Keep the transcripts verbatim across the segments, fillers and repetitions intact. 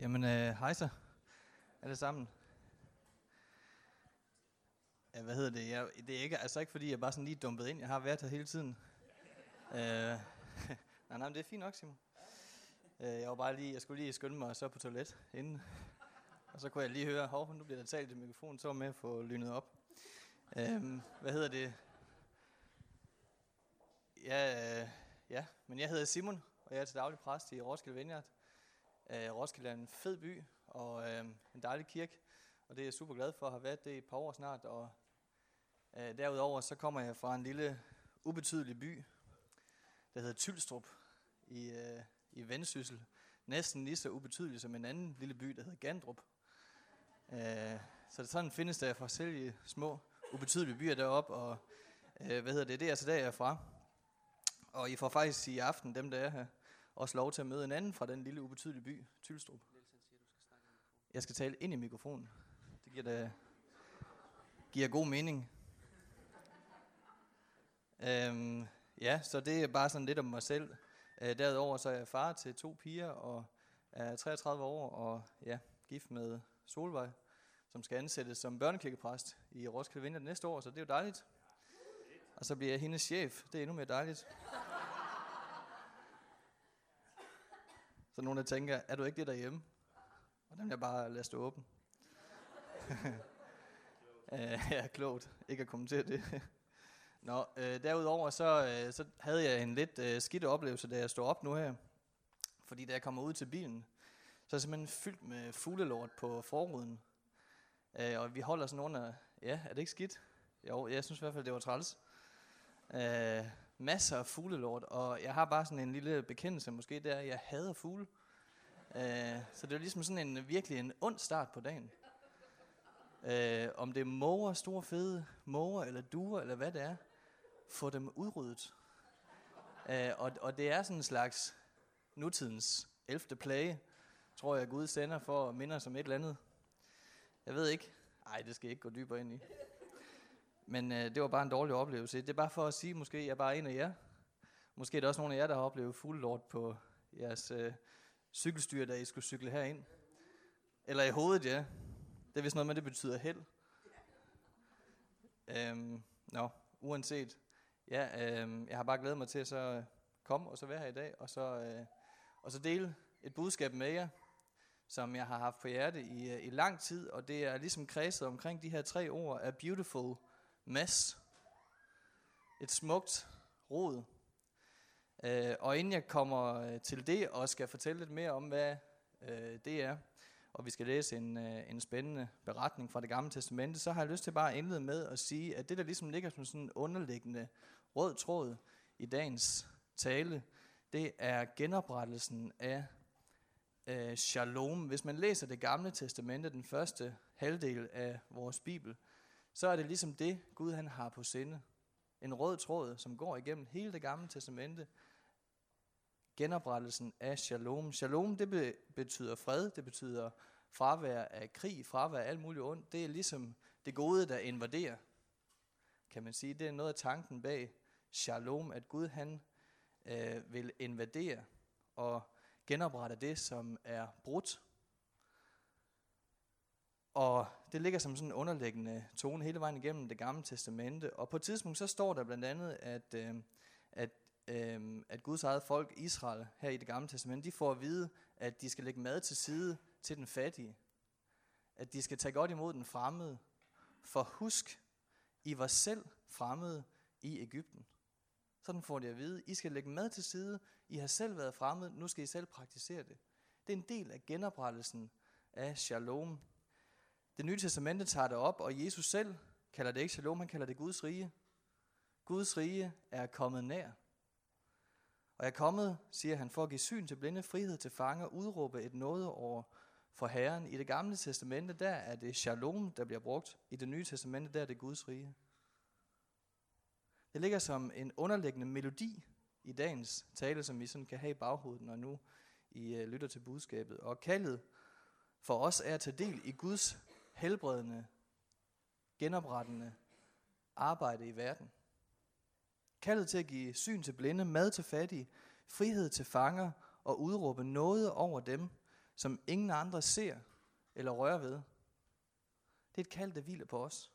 Jamen, øh, hej så, alle sammen. Ja, hvad hedder det? Jeg, det er ikke, altså ikke fordi, jeg bare sådan lige dumpet ind. Jeg har været her hele tiden. øh, nej, nej, men det er fint nok, Simon. Øh, jeg var bare lige, jeg skulle lige skynde mig så på toilet inden. Og så kunne jeg lige høre, hov, nu bliver der talt i mikrofonen, så var med at få lynet op. Øh, hvad hedder det? Ja, øh, ja, men jeg hedder Simon, og jeg er til daglig præst i Roskilde Vineyard. Øh, Roskilde er en fed by og øh, en dejlig kirke, og det er jeg super glad for at have været det i et par år snart. Og øh, derudover så kommer jeg fra en lille ubetydelig by, der hedder Tylstrup i, øh, i Vendsyssel. Næsten lige så ubetydelig som en anden lille by, der hedder Gandrup. Øh, så sådan findes der forskellige små ubetydelige byer deroppe, og øh, hvad hedder det, det er altså der jeg er fra. Og I får faktisk i aften, dem der er her, også lov til at møde en anden fra den lille ubetydelige by, Tylstrup. Jeg skal tale ind i mikrofonen. Det giver, da, giver god mening. Øhm, ja, så det er bare sådan lidt om mig selv. Øh, derudover så er jeg far til to piger og er treogtredive år og ja, gift med Solvej, som skal ansættes som børnekirkepræst i Roskilde Vineyard næste år, så det er jo dejligt. Og så bliver jeg hendes chef. Det er endnu mere dejligt. Så nogen der tænker, er du ikke det derhjemme? Og den vil jeg bare lade stå åben. Ja, klogt. Ikke at kommentere det. Nå, øh, derudover så, øh, så havde jeg en lidt øh, skidt oplevelse, da jeg stod op nu her. Fordi da jeg kommer ud til bilen, så er jeg simpelthen fyldt med fuglelort på forruden. Øh, og vi holder sådan under, ja, er det ikke skidt? Jo, jeg synes i hvert fald, det var træls. Øh, masser af fuglelort, og jeg har bare sådan en lille bekendelse måske, der jeg hader fugle. Øh, så det er ligesom sådan en virkelig en ond start på dagen. Øh, om det er måger, store fede måger eller duer eller hvad det er, få dem udryddet. Øh, og, og det er sådan en slags nutidens elfte plage, tror jeg Gud sender for at minde os om et eller andet. Jeg ved ikke. Ej, det skal jeg ikke gå dybere ind i. Men øh, det var bare en dårlig oplevelse. Det er bare for at sige, måske jeg er bare en af jer. Måske er der også nogle af jer, der har oplevet fuglelort på jeres øh, cykelstyr, da I skulle cykle herind. Eller i hovedet, ja. Det er vist noget med, det betyder held. Øhm, nå, uanset. Ja, øhm, jeg har bare glædet mig til at så komme og så være her i dag, og så, øh, og så dele et budskab med jer, som jeg har haft på hjerte i, i lang tid, og det er ligesom kredset omkring de her tre ord af beautiful mess. Et smukt rod. Øh, og inden jeg kommer til det og skal fortælle lidt mere om, hvad øh, det er, og vi skal læse en, øh, en spændende beretning fra Det Gamle Testamente, så har jeg lyst til bare at indlede med at sige, at det der ligesom ligger som sådan en underliggende rød tråd i dagens tale, det er genoprettelsen af øh, shalom. Hvis man læser Det Gamle Testamente, den første halvdel af vores Bibel, så er det ligesom det, Gud han har på sinde. En rød tråd, som går igennem hele Det Gamle Testamente. Genoprettelsen af shalom. Shalom, det be- betyder fred, det betyder fravær af krig, fravær af alt muligt ondt. Det er ligesom det gode, der invaderer, kan man sige. Det er noget af tanken bag shalom, at Gud han øh, vil invadere og genoprette det, som er brudt. Og det ligger som sådan en underliggende tone hele vejen igennem Det Gamle Testamente. Og på et tidspunkt så står der blandt andet, at, øh, at, øh, at Guds eget folk, Israel, her i Det Gamle Testamente, de får at vide, at de skal lægge mad til side til den fattige. At de skal tage godt imod den fremmede. For husk, I var selv fremmede i Egypten. Sådan får de at vide. I skal lægge mad til side. I har selv været fremmede. Nu skal I selv praktisere det. Det er en del af genoprettelsen af shalom. Det Nye Testamente tager det op, og Jesus selv kalder det ikke shalom, han kalder det Guds rige. Guds rige er kommet nær. Og jeg er kommet, siger han, for at give syn til blinde, frihed til fanger, udråbe et nådeår for Herren. I Det Gamle Testamente, der er det shalom, der bliver brugt. I Det Nye Testamente, der er det Guds rige. Det ligger som en underliggende melodi i dagens tale, som vi sådan kan have i baghovedet, når nu I uh, lytter til budskabet. Og kaldet for os er at tage del i Guds helbredende, genoprettende arbejde i verden. Kaldet til at give syn til blinde, mad til fattige, frihed til fanger og udråbe noget over dem, som ingen andre ser eller rører ved. Det er et kald, der hviler på os.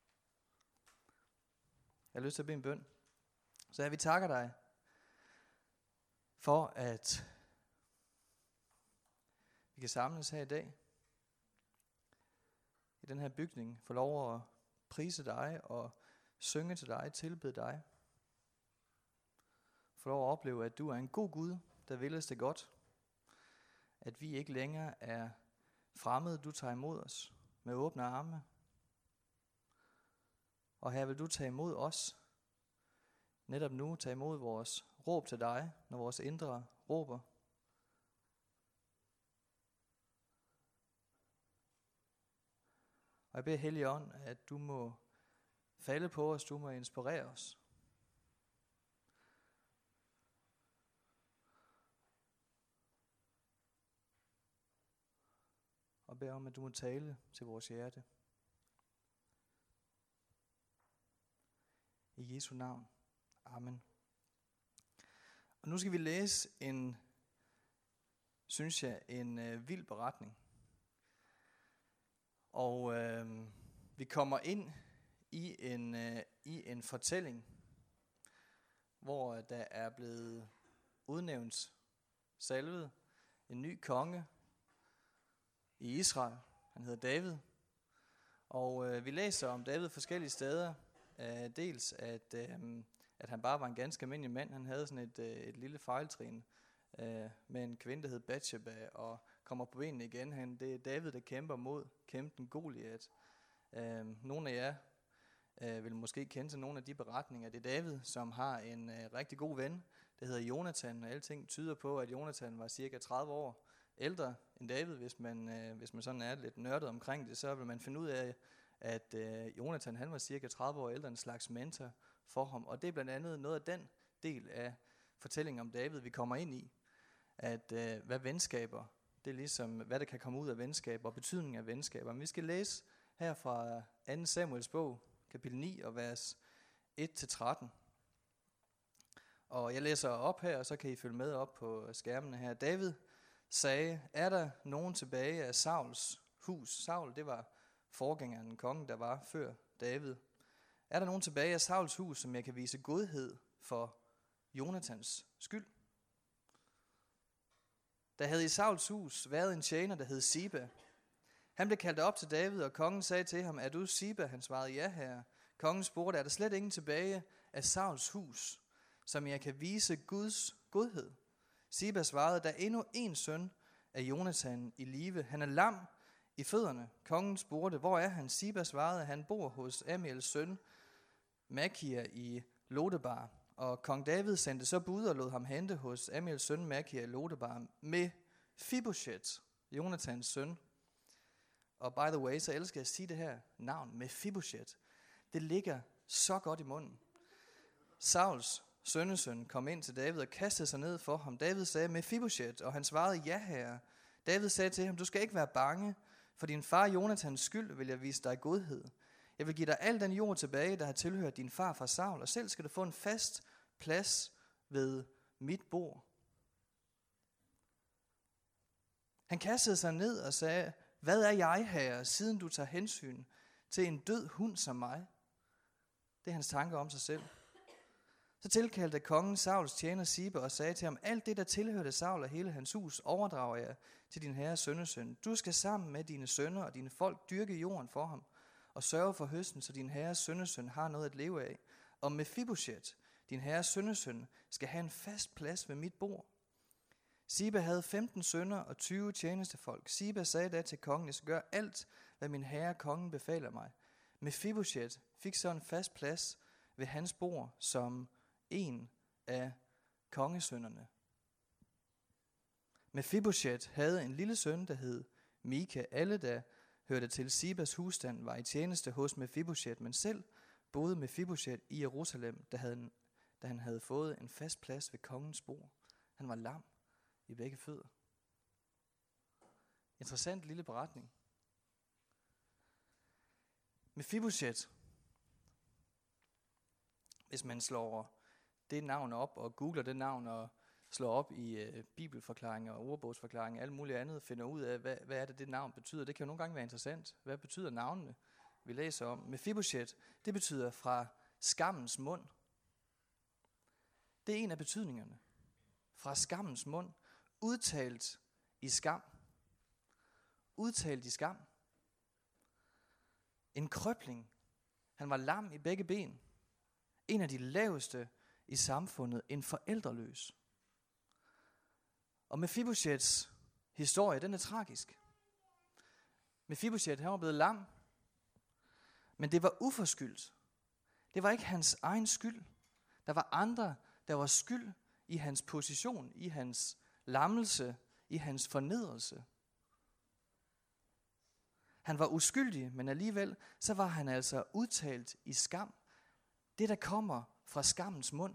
Jeg har lyst til at bede en bøn. Så jeg vi takker dig for, at vi kan samles her i dag i den her bygning, få lov at prise dig og synge til dig, tilbede dig. Få lov at opleve, at du er en god Gud, der vil os det godt. At vi ikke længere er fremmede, du tager imod os med åbne arme. Og her vil du tage imod os. Netop nu tage imod vores råb til dig, når vores indre råber. Og jeg beder Hellige Ånd, at du må falde på os, du må inspirere os. Og beder om, at du må tale til vores hjerte. I Jesu navn. Amen. Og nu skal vi læse en, synes jeg, en øh, vild beretning. Og øh, vi kommer ind i en, øh, i en fortælling, hvor der er blevet udnævnt salvet en ny konge i Israel. Han hedder David. Og øh, vi læser om David forskellige steder. Øh, dels at, øh, at han bare var en ganske almindelig mand. Han havde sådan et, øh, et lille fejltrin øh, med en kvinde, der hed Batsheba, og kommer på benene igen. Han, det er David, der kæmper mod kæmpen Goliat. Øh, nogle af jer øh, vil måske kende til nogle af de beretninger. Det er David, som har en øh, rigtig god ven, der hedder Jonathan. Og alting tyder på, at Jonathan var cirka tredive år ældre end David. Hvis man, øh, hvis man sådan er lidt nørdet omkring det, så vil man finde ud af, at øh, Jonathan han var cirka tredive år ældre, en slags mentor for ham. Og det er blandt andet noget af den del af fortællingen om David, vi kommer ind i. At øh, hvad venskaber, det er ligesom, hvad der kan komme ud af venskaber, og betydningen af venskaber. Men vi skal læse her fra anden Samuels bog, kapitel ni og vers et til tretten. Og jeg læser op her, og så kan I følge med op på skærmene her. David sagde, er der nogen tilbage af Sauls hus? Saul, det var forgængeren, kongen, der var før David. Er der nogen tilbage af Sauls hus, som jeg kan vise godhed for Jonathans skyld? Der havde i Sauls hus været en tjener, der hed Siba. Han blev kaldt op til David, og kongen sagde til ham, er du Siba? Han svarede, ja herre. Kongen spurgte, er der slet ingen tilbage af Sauls hus, som jeg kan vise Guds godhed? Siba svarede, der er endnu en søn af Jonathan i live. Han er lam i fødderne. Kongen spurgte, hvor er han? Siba svarede, han bor hos Amiels søn Makir i Lodebar. Og kong David sendte så bud og lod ham hente hos Amiels søn Makir i Lodebar med Mephibosheth, Jonathans søn. Og by the way, så elsker jeg at sige det her navn, Mephibosheth. Det ligger så godt i munden. Sauls sønnesøn kom ind til David og kastede sig ned for ham. David sagde, Mephibosheth, og han svarede, ja herre. David sagde til ham, du skal ikke være bange, for din far Jonathans skyld vil jeg vise dig godhed. Jeg vil give dig al den jord tilbage, der har tilhørt din far fra Saul, og selv skal du få en fast plads ved mit bord. Han kastede sig ned og sagde, hvad er jeg, herre, siden du tager hensyn til en død hund som mig? Det er hans tanker om sig selv. Så tilkaldte kongen Sauls tjener Siba og sagde til ham, alt det, der tilhørte Saul og hele hans hus, overdrager jeg til din herres sønnesøn. Du skal sammen med dine sønner og dine folk dyrke jorden for ham og sørge for høsten, så din herres sønnesøn har noget at leve af. Og Mephibosheth, din herres sønnesøn, skal have en fast plads ved mit bord. Siba havde femten sønner og tyve tjenestefolk. Siba sagde da til kongen, jeg skal gøre alt, hvad min herre kongen befaler mig. Mephibosheth fik så en fast plads ved hans bord som en af kongesønnerne. Mephibosheth havde en lille søn, der hed Mika. Alle, der hørte til Sibas husstand, var i tjeneste hos Mephibosheth, men selv boede Mephibosheth i Jerusalem, da han, da han havde fået en fast plads ved kongens bord. Han var lam i begge fødder. Interessant lille beretning. Mephibosheth, hvis man slår det navn op og googler det navn og slår op i øh, bibelforklaringer og ordbogsforklaringer og alt muligt andet, finder ud af, hvad, hvad er det, det navn betyder. Det kan jo nogle gange være interessant. Hvad betyder navnene, vi læser om? Mephibosheth, det betyder fra skammens mund. Det er en af betydningerne. Fra skammens mund. Udtalt i skam. Udtalt i skam. En krøbling. Han var lam i begge ben. En af de laveste i samfundet. En forældreløs. Og Mephibosheths historie, den er tragisk. Mephibosheth, han var blevet lam. Men det var uforskyldt. Det var ikke hans egen skyld. Der var andre, der var skyld i hans position, i hans lammelse, i hans fornedrelse. Han var uskyldig, men alligevel så var han altså udtalt i skam. Det, der kommer fra skammens mund.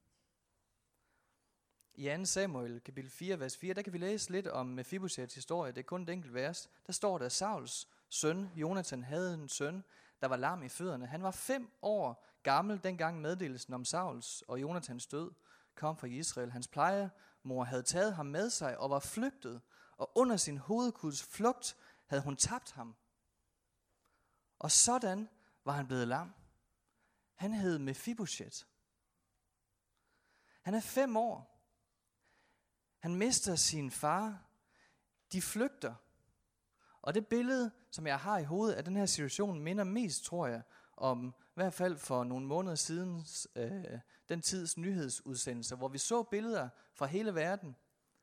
I anden Samuel, kapitel fire, vers fire, der kan vi læse lidt om Mephibosheths historie. Det er kun et enkelt vers. Der står der, Sauls søn, Jonathan, havde en søn, der var lam i fødderne. Han var fem år gammel, dengang meddelelsen om Sauls og Jonathans død kom fra Israel. Hans plejemor havde taget ham med sig og var flygtet, og under sin hovedkuds flugt havde hun tabt ham. Og sådan var han blevet lam. Han hed Mephibosheth. Han er fem år. Han mister sin far. De flygter. Og det billede, som jeg har i hovedet af den her situation, minder mest, tror jeg, om i hvert fald for nogle måneder siden, øh, den tids nyhedsudsendelser, hvor vi så billeder fra hele verden,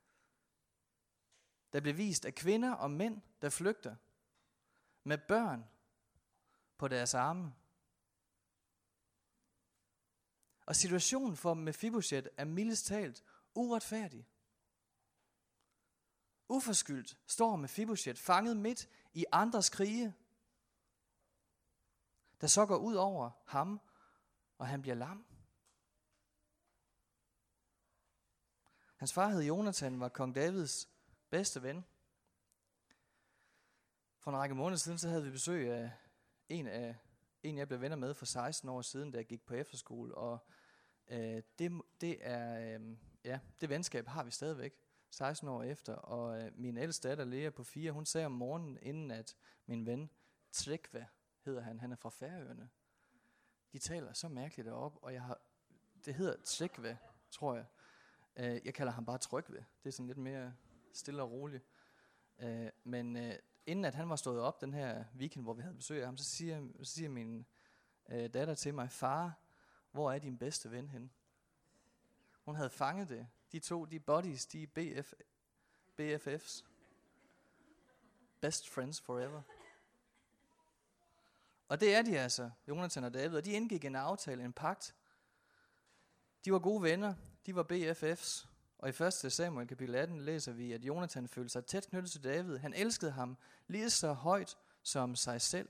der blev vist af kvinder og mænd, der flygter, med børn på deres arme. Og situationen for Mephibosheth er mildest talt uretfærdig. Uforskyldt står Mephibosheth fanget midt i andres krige, der så går ud over ham, og han bliver lam. Hans far hed Jonathan, var kong Davids bedste ven. For en række måneder siden, så havde vi besøg af en af en jeg blev venner med for seksten år siden, da jeg gik på efterskole, og øh, det, det er øh, ja, det venskab har vi stadigvæk seksten år efter, og øh, min ældste datter Lea på fire, hun sagde om morgenen, inden at min ven Trygve hedder han, han er fra Færøerne. De taler så mærkeligt deroppe, og jeg har, det hedder Trygve, tror jeg. Uh, jeg kalder ham bare Trygve. Det er sådan lidt mere stille og roligt. Uh, men uh, inden at han var stået op den her weekend, hvor vi havde besøg af ham, så siger, så siger min uh, datter til mig, far, hvor er din bedste ven henne? Hun havde fanget det. De to, de buddies, de er B F, B F F's. Best friends forever. Og det er de altså, Jonathan og David, og de indgik en aftale, en pagt. De var gode venner, de var B F F's, og i første Samuel kapitel atten læser vi, at Jonathan følte sig tæt knyttet til David. Han elskede ham lige så højt som sig selv.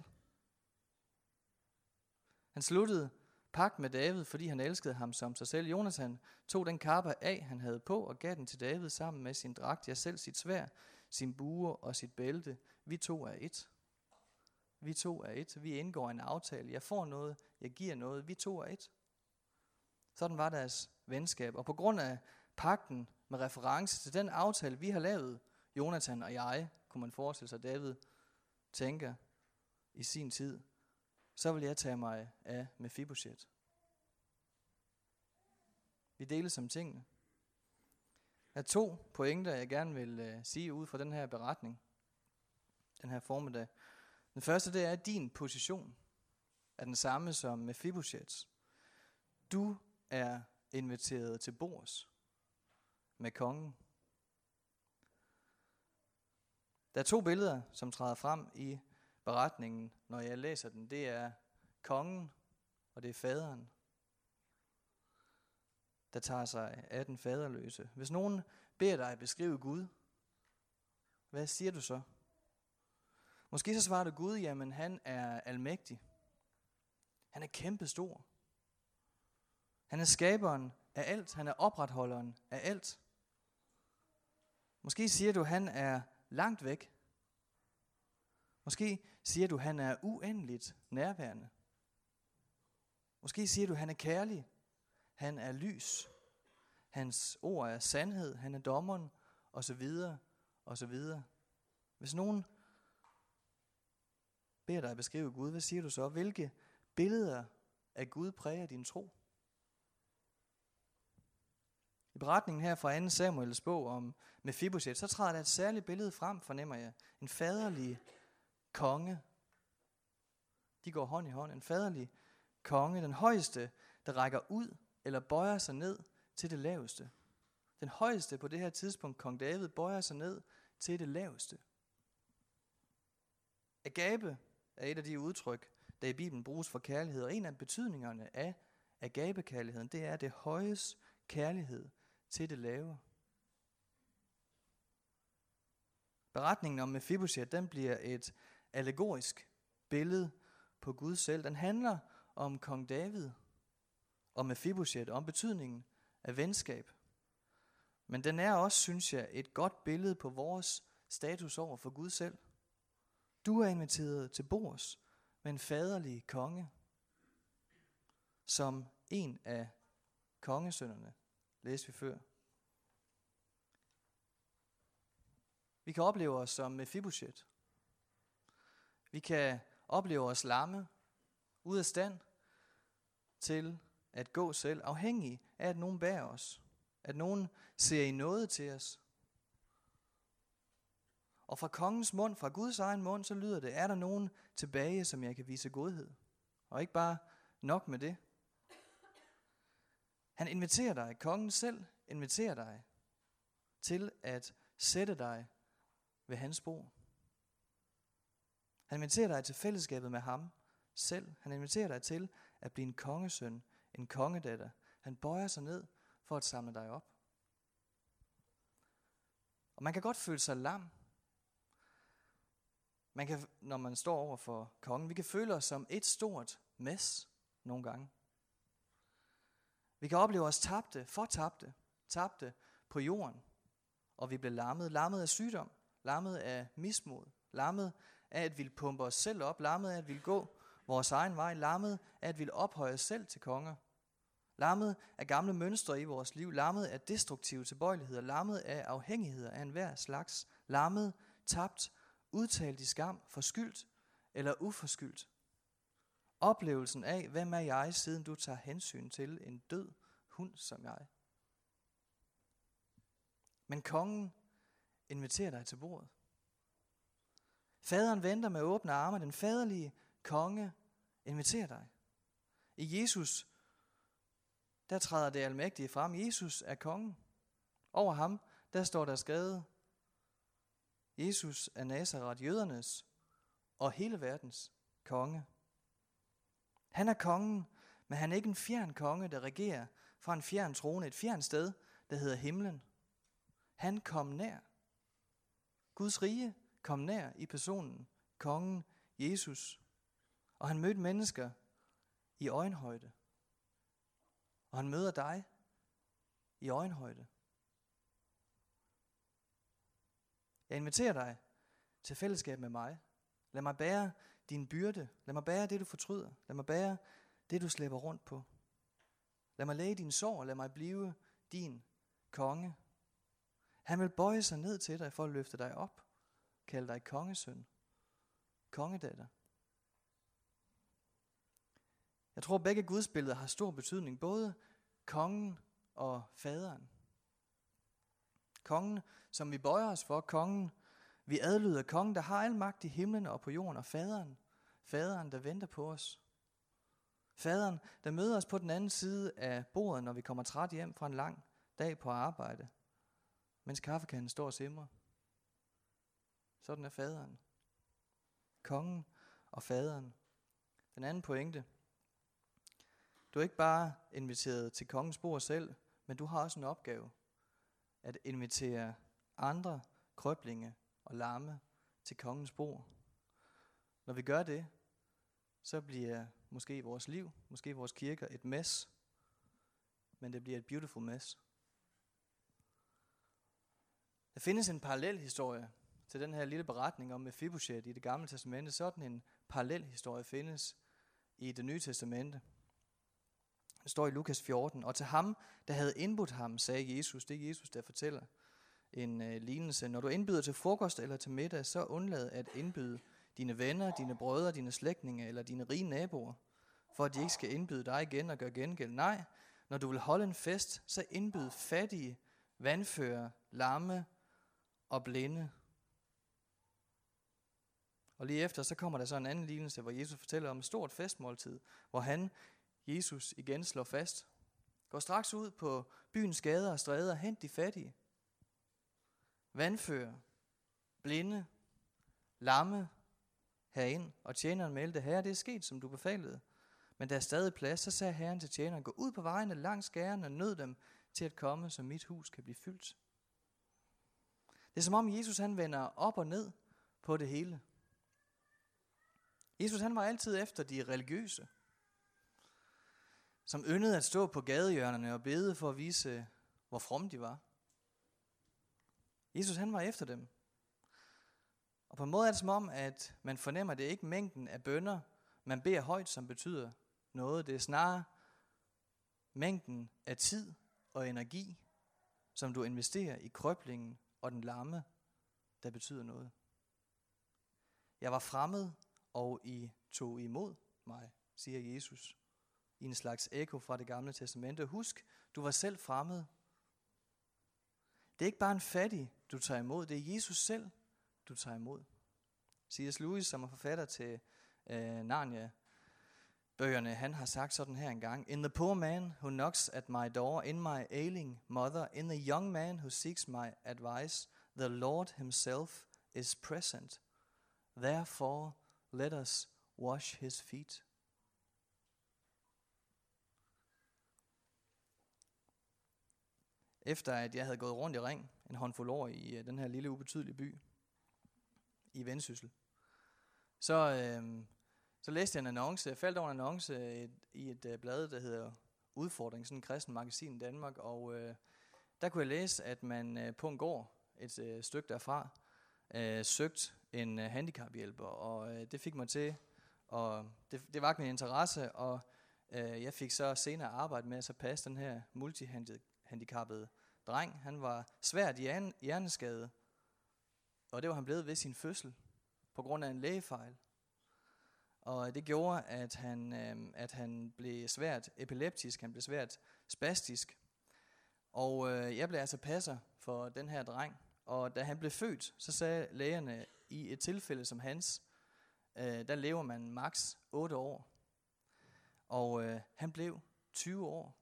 Han sluttede pagt med David, fordi han elskede ham som sig selv. Jonathan tog den kappe af, han havde på, og gav den til David sammen med sin dragt, ja selv sit sværd, sin bue og sit bælte. Vi to er et. Vi to er et. Vi indgår en aftale. Jeg får noget, jeg giver noget. Vi to er et. Sådan var deres venskab. Og på grund af pagten med reference til den aftale, vi har lavet, Jonathan og jeg, kunne man forestille sig, David tænker i sin tid, så vil jeg tage mig af Mephibosheth. Vi deles om tingene. Der er to pointer, jeg gerne vil uh, sige ud fra den her beretning, den her formiddag. Den første, det er, at din position er den samme som Mephibosheths. Du er inviteret til bords med kongen. Der er to billeder, som træder frem i beretningen, når jeg læser den. Det er kongen, og det er faderen, der tager sig af den faderløse. Hvis nogen beder dig at beskrive Gud, hvad siger du så? Måske så svarer du Gud, jamen han er almægtig. Han er kæmpestor. Han er skaberen af alt. Han er opretholderen af alt. Måske siger du, han er langt væk. Måske siger du, han er uendeligt nærværende. Måske siger du, han er kærlig. Han er lys. Hans ord er sandhed, han er dommeren, og så videre, og så videre. Hvis nogen beder dig at beskrive Gud, hvad siger du så? Hvilke billeder af Gud præger din tro? I beretningen her fra anden Samuels bog om Mefiboset, så træder der et særligt billede frem, fornemmer jeg. En faderlig konge. De går hånd i hånd. En faderlig konge, den højeste, der rækker ud eller bøjer sig ned til det laveste. Den højeste på det her tidspunkt, kong David, bøjer sig ned til det laveste. Agape er et af de udtryk, der i Bibelen bruges for kærlighed, og en af betydningerne af agapekærligheden, det er det højes kærlighed til det lave. Beretningen om Mefiboset, den bliver et allegorisk billede på Gud selv. Den handler om kong David og Mefiboset, om betydningen af venskab. Men den er også, synes jeg, et godt billede på vores status over for Gud selv. Du er inviteret til bords med en faderlig konge, som en af kongesønnerne, læste vi før. Vi kan opleve os som Mefiboset. Vi kan opleve os lamme, ude af stand til at gå selv, afhængig af, at nogen bærer os, at nogen ser i noget til os. Og fra kongens mund, fra Guds egen mund, så lyder det, er der nogen tilbage, som jeg kan vise godhed? Og ikke bare nok med det. Han inviterer dig, kongen selv inviterer dig til at sætte dig ved hans bord. Han inviterer dig til fællesskabet med ham selv. Han inviterer dig til at blive en kongesøn, en kongedatter. Han bøjer sig ned for at samle dig op. Og man kan godt føle sig lam. Man kan, når man står over for kongen, vi kan føle os som et stort mess nogle gange. Vi kan opleve os tabte, fortabte, tabte på jorden, og vi bliver lammet, lammet af sygdom, lammet af mismod, lammet af at ville pumpe os selv op, lammet af at ville gå vores egen vej, lammet af at ville ophøje os selv til konger, lammet af gamle mønstre i vores liv, lammet af destruktive tilbøjeligheder, lammet af afhængigheder af enhver slags, lammet, tabt, udtalt i skam, forskyldt eller uforskyldt. Oplevelsen af, hvem er jeg, siden du tager hensyn til en død hund som jeg. Men kongen inviterer dig til bordet. Faderen venter med åbne arme. Den faderlige konge inviterer dig. I Jesus, der træder det almægtige frem. Jesus er kongen. Over ham, der står der skrevet, Jesus er Nazaret, jødernes og hele verdens konge. Han er kongen, men han er ikke en fjern konge, der regerer fra en fjern trone, et fjern sted, der hedder himlen. Han kom nær. Guds rige kom nær i personen, kongen Jesus. Og han mødte mennesker i øjenhøjde. Og han møder dig i øjenhøjde. Jeg inviterer dig til fællesskab med mig. Lad mig bære din byrde. Lad mig bære det, du fortryder. Lad mig bære det, du slæber rundt på. Lad mig læge din sorg. Lad mig blive din konge. Han vil bøje sig ned til dig for at løfte dig op. Kalde dig kongesøn. Kongedatter. Jeg tror, begge gudsbilleder har stor betydning. Både kongen og faderen. Kongen, som vi bøjer os for. Kongen, vi adlyder. Kongen, der har al magt i himlen og på jorden. Og faderen, faderen, der venter på os. Faderen, der møder os på den anden side af bordet, når vi kommer træt hjem fra en lang dag på arbejde. Mens kaffekanden står og simrer. Sådan er faderen. Kongen og faderen. Den anden pointe. Du er ikke bare inviteret til kongens bord selv, men du har også en opgave at invitere andre krøblinge og lamme til kongens bord. Når vi gør det, så bliver måske vores liv, måske vores kirker et mess, men det bliver et beautiful mess. Der findes en parallel historie til den her lille beretning om Mefiboset i Det Gamle Testamente. Sådan en parallel historie findes i Det Nye Testamente. Det står i Lukas fjorten. Og til ham, der havde indbudt ham, sagde Jesus, det er Jesus, der fortæller en øh, lignelse. Når du indbyder til frokost eller til middag, så undlad at indbyde dine venner, dine brødre, dine slægtninge eller dine rige naboer, for at de ikke skal indbyde dig igen og gøre gengæld. Nej, når du vil holde en fest, så indbyd fattige, vandfører, lamme og blinde. Og lige efter, så kommer der så en anden lignelse, hvor Jesus fortæller om et stort festmåltid, hvor han, Jesus, igen slår fast. Gå straks ud på byens gader og stræder, hent de fattige, vandfører, blinde, lamme herind, og tjeneren meldte, herre, det er sket, som du befalede. Men der er stadig plads, så sagde herren til tjeneren, gå ud på vejene langs gærene og nød dem til at komme, så mit hus kan blive fyldt. Det er som om Jesus han vender op og ned på det hele. Jesus han var altid efter de religiøse, som yndede at stå på gadehjørnerne og bede for at vise, hvor fromme de var. Jesus han var efter dem. Og på en måde er det som om, at man fornemmer, at det ikke mængden af bønner, man beder højt, som betyder noget. Det er snarere mængden af tid og energi, som du investerer i krøblingen og den lamme, der betyder noget. Jeg var fremmed, og I tog imod mig, siger Jesus, i en slags ekko fra det gamle testamente. Husk, du var selv fremmed. Det er ikke bare en fattig, du tager imod, det er Jesus selv, du tager imod. C S Lewis, som er forfatter til øh, Narnia-bøgerne, han har sagt sådan her engang. In the poor man who knocks at my door, in my ailing mother, in the young man who seeks my advice, the Lord himself is present. Therefore, let us wash his feet. Efter at jeg havde gået rundt i ring en håndfuld år i uh, den her lille ubetydelige by i Vendsyssel, så, øh, så læste jeg en annonce, jeg faldt over en annonce et, i et uh, blad, der hedder Udfordring, sådan en kristen magasin i Danmark, og uh, der kunne jeg læse, at man uh, på en gård, et uh, stykke derfra, uh, søgte en uh, handicaphjælper, og uh, det fik mig til, og det, det var min interesse, og uh, jeg fik så senere arbejde med at så passe den her multihandicappede dreng. Han var svært hjerneskade, og det var han blevet ved sin fødsel, på grund af en lægefejl. Og det gjorde, at han, øh, at han blev svært epileptisk, han blev svært spastisk. Og øh, jeg blev altså passer for den her dreng. Og da han blev født, så sagde lægerne, i et tilfælde som hans, øh, der lever man maks otte år. Og øh, han blev tyve år.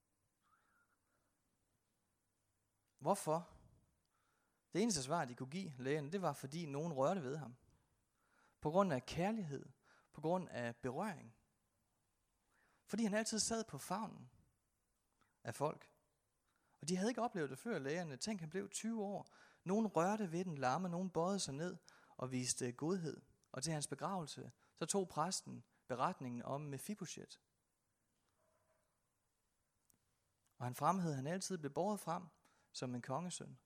Hvorfor? Det eneste svar, de kunne give lægen, det var, fordi nogen rørte ved ham. På grund af kærlighed, på grund af berøring. Fordi han altid sad på favnen af folk. Og de havde ikke oplevet det før, lægerne. Tænk, han blev tyve år. Nogen rørte ved den lamme, nogen bøjede sig ned og viste godhed. Og til hans begravelse, så tog præsten beretningen om Mephibosheth. Og han fremhævede, han altid blev båret frem som en kongesøn.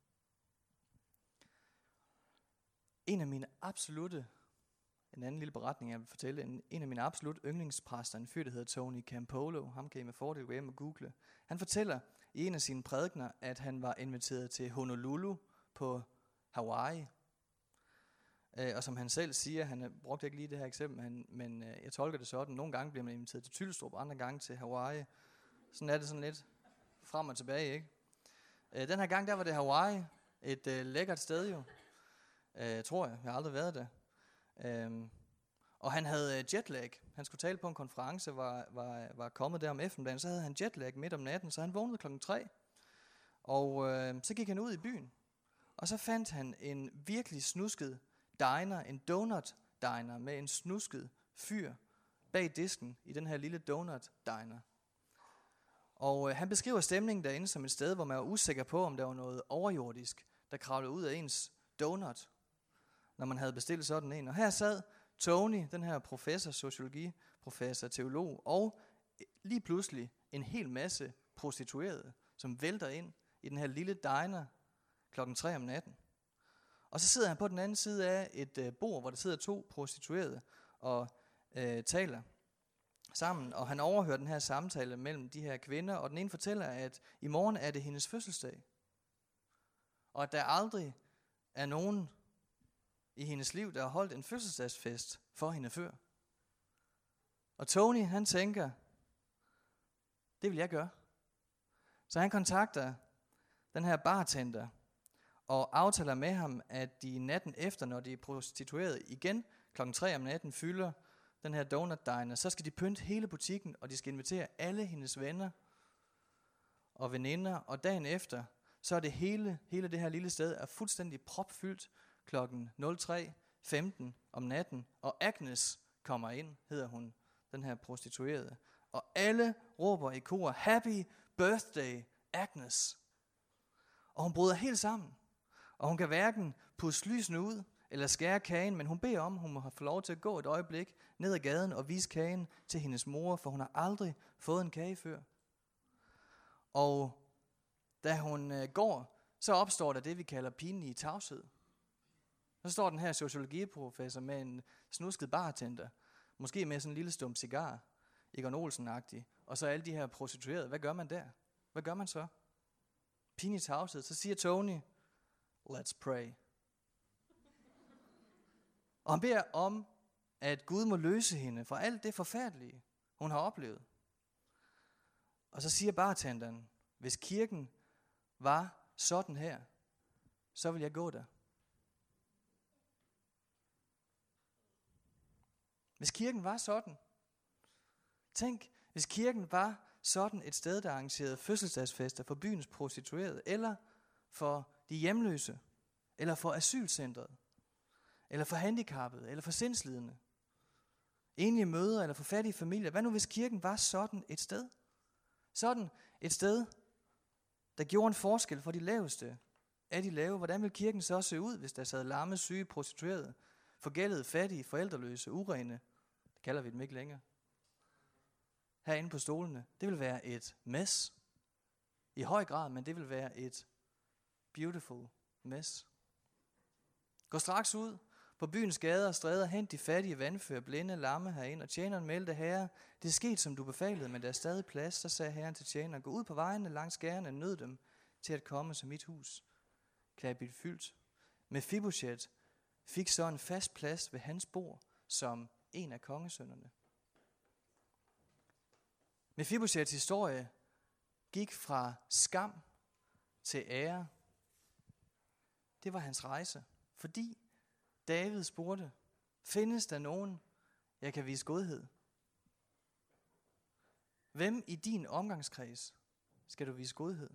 En af mine absolutte, en anden lille beretning, jeg vil fortælle, en, en af mine absolut yndlingspræster, en fyr, der hedder Tony Campolo, ham kan I med fordel gå hjem og google. Han fortæller i en af sine prædikener, at han var inviteret til Honolulu på Hawaii. Øh, og som han selv siger, han brugte ikke lige det her eksempel, han, men øh, jeg tolker det sådan, nogle gange bliver man inviteret til Tylstrup, andre gange til Hawaii. Sådan er det sådan lidt frem og tilbage, ikke? Øh, den her gang, der var det Hawaii, et øh, lækkert sted jo. Øh, tror jeg, jeg har aldrig været der. Øhm, og han havde jetlag. Han skulle tale på en konference, var, var, var kommet der om eftermiddagen. Så havde han jetlag midt om natten, så han vågnede klokken tre. Og øh, så gik han ud i byen. Og så fandt han en virkelig snusket diner, en donut diner med en snusket fyr bag disken i den her lille donut diner. Og øh, han beskriver stemningen derinde som et sted, hvor man var usikker på, om der var noget overjordisk, der kravlede ud af ens donut, når man havde bestilt sådan en. Og her sad Tony, den her professor, sociologiprofessor, teolog, og lige pludselig en hel masse prostituerede, som vælter ind i den her lille diner klokken tre om natten. Og så sidder han på den anden side af et øh, bord, hvor der sidder to prostituerede og øh, taler. sammen, og han overhører den her samtale mellem de her kvinder, og den ene fortæller, at i morgen er det hendes fødselsdag, og at der aldrig er nogen i hendes liv, der har holdt en fødselsdagsfest for hende før. Og Tony, han tænker, det vil jeg gøre. Så han kontakter den her bartender, og aftaler med ham, at de natten efter, når de er prostitueret igen, klokken tre om natten, fylder den her donut diner, så skal de pynte hele butikken, og de skal invitere alle hendes venner og veninder, og dagen efter, så er det hele, hele det her lille sted er fuldstændig propfyldt klokken tre femten om natten, og Agnes kommer ind, hedder hun, den her prostituerede, og alle råber i kor, happy birthday, Agnes. Og hun bryder helt sammen, og hun kan hverken pusse lysene ud, eller skære kagen, men hun beder om, hun må have få lov til at gå et øjeblik ned ad gaden og vise kagen til hendes mor, for hun har aldrig fået en kage før. Og da hun øh, går, så opstår der det, vi kalder pinlig tavshed. Så står den her sociologiprofessor med en snusket bartender, måske med sådan en lille stump cigar, Egon Olsen-agtig, og så alle de her prostituerede. Hvad gør man der? Hvad gør man så? Pinlig tavshed. Så siger Tony, let's pray. Og han beder om, at Gud må løse hende fra alt det forfærdelige, hun har oplevet. Og så siger bartenderen, hvis kirken var sådan her, så vil jeg gå der. Hvis kirken var sådan. Tænk, hvis kirken var sådan et sted, der arrangerede fødselsdagsfester for byens prostituerede, eller for de hjemløse, eller for asylcentret, eller for handicappede, eller for sindslidende, enlige mødre, eller for fattige familier. Hvad nu, hvis kirken var sådan et sted? Sådan et sted, der gjorde en forskel for de laveste af de lave. Hvordan ville kirken så se ud, hvis der sad lamme, syge, prostituerede, forgældede, fattige, forældreløse, urene? Det kalder vi dem ikke længere. Herinde på stolene. Det vil være et mess. I høj grad, men det vil være et beautiful mess. Gå straks ud på byens gader og stræder, hent de fattige, vandfør, blinde, lamme herind, og tjeneren meldte, herre, det er sket, som du befalede, men der er stadig plads. Så sagde herren til tjeneren, gå ud på vejene langs gaderne, nød dem til at komme, så mit hus kan blive fyldt. Mefibosjet fik så en fast plads ved hans bord, som en af kongesønnerne. Mefibosjets historie gik fra skam til ære. Det var hans rejse, fordi David spurgte, findes der nogen, jeg kan vise godhed? Hvem i din omgangskreds skal du vise godhed?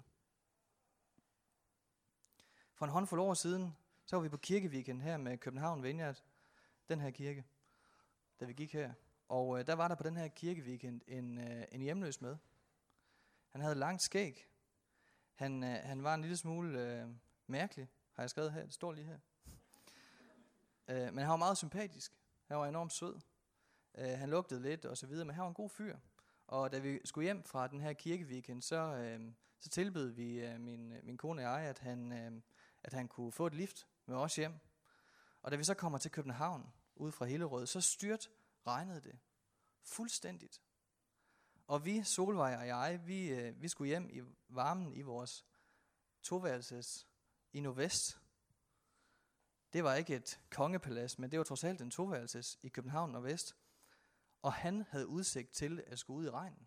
For en håndfuld år siden, så var vi på kirkeweekend her med København Vineyard, den her kirke, da vi gik her. Og øh, der var der på den her kirkeweekend en, øh, en hjemløs med. Han havde langt skæg. Han, øh, han var en lille smule øh, mærkelig, har jeg skrevet her. Det står lige her. øh, men han var meget sympatisk. Han var enormt sød. Øh, han lugtede lidt og så videre, men han var en god fyr. Og da vi skulle hjem fra den her kirkeweekend, så, øh, så tilbød vi øh, min, min kone og jeg, at han, øh, at han kunne få et lift med os hjem. Og da vi så kommer til København, ude fra Hillerød, så styrt regnede det fuldstændigt. Og vi, Solvej og jeg, vi, øh, vi skulle hjem i varmen i vores toværelses i Nordvest. Det var ikke et kongepalads, men det var trods alt en toværelses i København Nordvest. Og han havde udsigt til at skulle ud i regnen.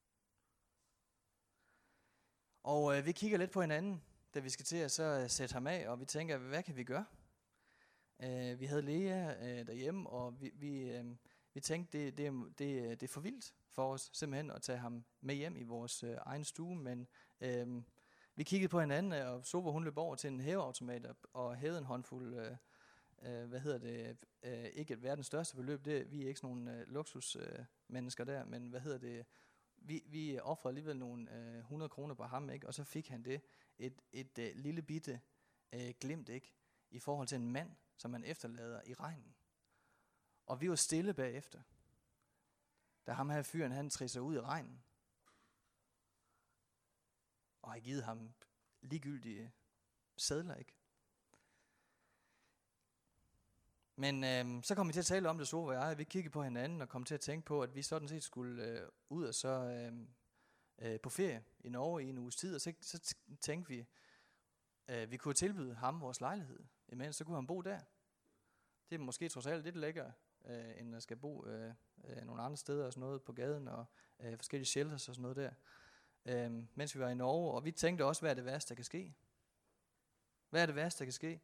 Og øh, vi kigger lidt på hinanden, da vi skal til at så uh, sætte ham af, og vi tænker, hvad kan vi gøre? Uh, vi havde Lea uh, derhjemme, og vi, vi, uh, vi tænkte, det, det, det, det er for vildt for os simpelthen at tage ham med hjem i vores uh, egen stue, men uh, vi kiggede på hinanden, og så hvor hun løb over til en hæveautomat og hævede en håndfuld, uh, uh, hvad hedder det, uh, ikke et verdens største beløb, det, vi er ikke sådan nogle uh, luksusmennesker uh, der, men hvad hedder det, vi, vi offrede alligevel nogle uh, hundrede kroner på ham, ikke? Og så fik han det, et, et uh, lille bitte uh, glimt, ikke? I forhold til en mand, som man efterlader i regnen. Og vi var stille bagefter, da ham her fyren, han trisser ud i regnen, og har givet ham ligegyldige sedler, ikke? Men øh, så kom vi til at tale om det, så og jeg. Vi kiggede på hinanden og kom til at tænke på, at vi sådan set skulle øh, ud og så øh, øh, på ferie i Norge i en uges tid. Og så, så tænkte vi, øh, vi kunne tilbyde ham vores lejlighed. Imens så kunne han bo der. Det er måske trods alt lidt lækkere, øh, end at skal bo øh, øh, nogle andre steder og sådan noget på gaden og øh, forskellige shelters og sådan noget der. Øh, mens vi var i Norge, og vi tænkte også, hvad er det værste, der kan ske? Hvad er det værste, der kan ske?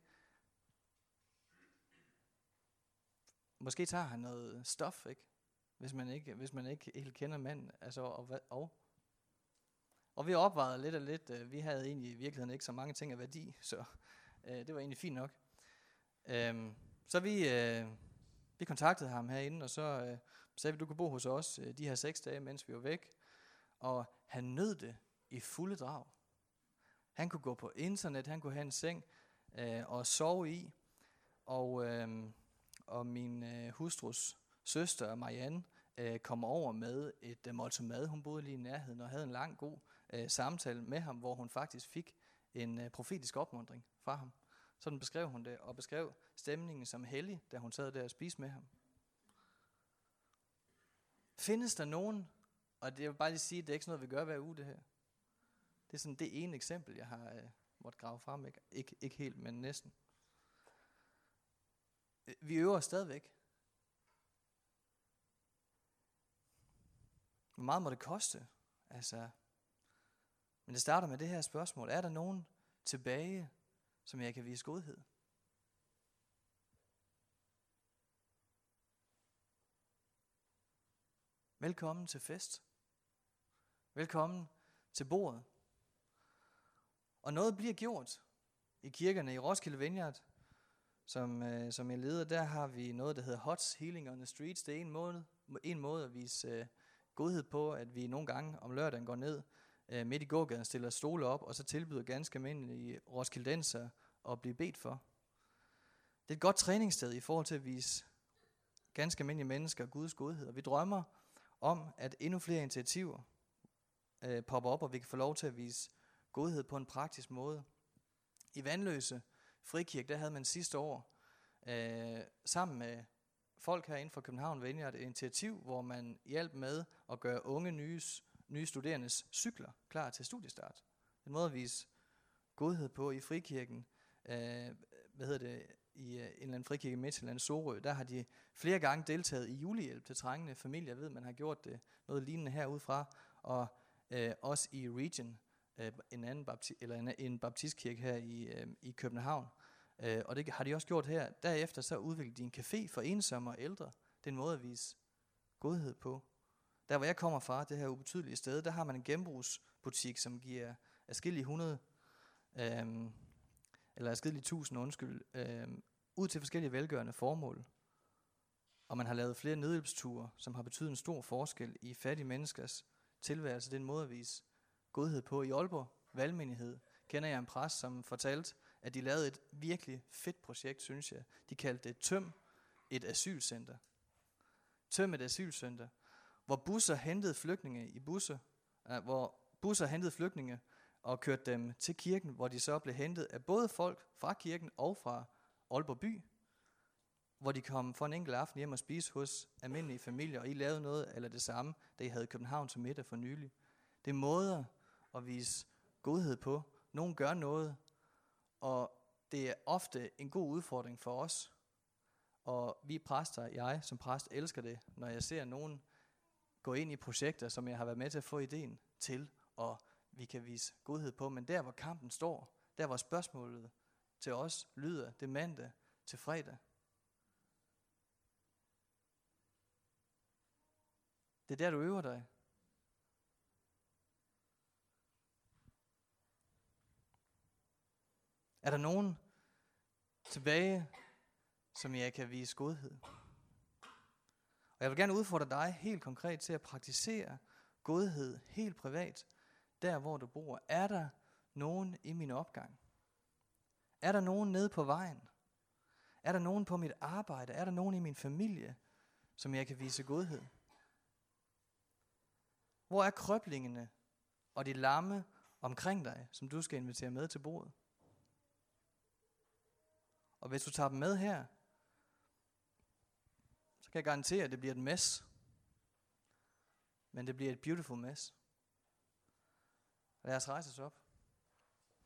Måske tager han noget stof, ikke? Hvis man ikke, hvis man ikke helt kender manden. Altså, og, og, og vi opvejede lidt og lidt. Øh, vi havde egentlig i virkeligheden ikke så mange ting af værdi, så øh, det var egentlig fint nok. Øh, så vi, øh, vi kontaktede ham herinde, og så øh, sagde vi, du kan bo hos os øh, de her seks dage, mens vi var væk. Og han nød det i fulde drag. Han kunne gå på internet, han kunne have en seng øh, og sove i. Og, øh, og min øh, hustrus søster, Marianne, øh, kom over med et øh, måltid mad. Hun boede lige i nærheden og havde en lang, god øh, samtale med ham, hvor hun faktisk fik en øh, profetisk opmuntring fra ham. Sådan beskrev hun det, og beskrev stemningen som hellig, da hun sad der og spiste med ham. Findes der nogen, og det vil bare lige sige, at det er ikke sådan noget, vi gør hver uge det her. Det er sådan det ene eksempel, jeg har øh, måttet grave frem. Ikke, ikke, ikke helt, men næsten. Vi øver stadigvæk. Hvor meget må det koste? Altså, men det starter med det her spørgsmål. Er der nogen tilbage, som jeg kan vise godhed? Velkommen til fest. Velkommen til bordet. Og noget bliver gjort i kirkerne i Roskilde Vineyard, som, øh, som jeg leder. Der har vi noget, der hedder Hots Healing on the Streets. Det er en måde, en måde at vise øh, godhed på, at vi nogle gange om lørdagen går ned øh, midt i gågaden, stiller stole op, og så tilbyder ganske almindelige roskildenser at blive bedt for. Det er et godt træningssted i forhold til at vise ganske almindelige mennesker Guds godhed. Og vi drømmer om, at endnu flere initiativer øh, popper op, og vi kan få lov til at vise godhed på en praktisk måde. I Vandløse Frikirke, der havde man sidste år øh, sammen med folk herinde fra København Vineyard et initiativ, hvor man hjalp med at gøre unge nye, nye studerendes cykler klar til studiestart. En måde at vise godhed på i Frikirken. Øh, hvad hedder det? I uh, en eller anden frikirke i Midtjylland, Sorø, der har de flere gange deltaget i julehjælp til trængende familier. Jeg ved, man har gjort det noget lignende herudfra, og uh, også i Region, uh, en anden bapti- eller en, en baptistkirke her i, uh, i København. Uh, og det har de også gjort her. Derefter så udviklede de en café for ensomme og ældre. Det er en måde at vise godhed på. Der hvor jeg kommer fra, det her ubetydelige sted, der har man en genbrugsbutik, som giver adskillige hundrede um, eller adskillige tusind, undskyld, øh, ud til forskellige velgørende formål. Og man har lavet flere nødhjælpsture, som har betydet en stor forskel i fattige menneskers tilværelse. Det er en måde at vise godhed på. I Aalborg Valgmenighed kender jeg en præst, som fortalte, at de lavede et virkelig fedt projekt, synes jeg. De kaldte det Tøm et asylcenter. Tøm et asylcenter, hvor busser hentede flygtninge i busser, øh, hvor busser hentede flygtninge og kørte dem til kirken, hvor de så blev hentet af både folk fra kirken og fra Aalborg by, hvor de kom for en enkelt aften hjem og spise hos almindelige familier, og I lavede noget eller det samme, da I havde København til middag for nylig. Det er måder at vise godhed på. Nogen gør noget, og det er ofte en god udfordring for os. Og vi præster, jeg som præst, elsker det, når jeg ser nogen gå ind i projekter, som jeg har været med til at få ideen til, og vi kan vise godhed på. Men der, hvor kampen står, der hvor spørgsmålet til os lyder, det mandag til fredag. Det er der, du øver dig. Er der nogen tilbage, som jeg kan vise godhed? Og jeg vil gerne udfordre dig helt konkret til at praktisere godhed helt privat, der hvor du bor. Er der nogen i min opgang? Er der nogen nede på vejen? Er der nogen på mit arbejde? Er der nogen i min familie, som jeg kan vise godhed? Hvor er krøblingene og de lamme omkring dig, som du skal invitere med til bordet? Og hvis du tager dem med her, kan jeg garantere, at det bliver et mess. Men det bliver et beautiful mess. Lad os rejse os op.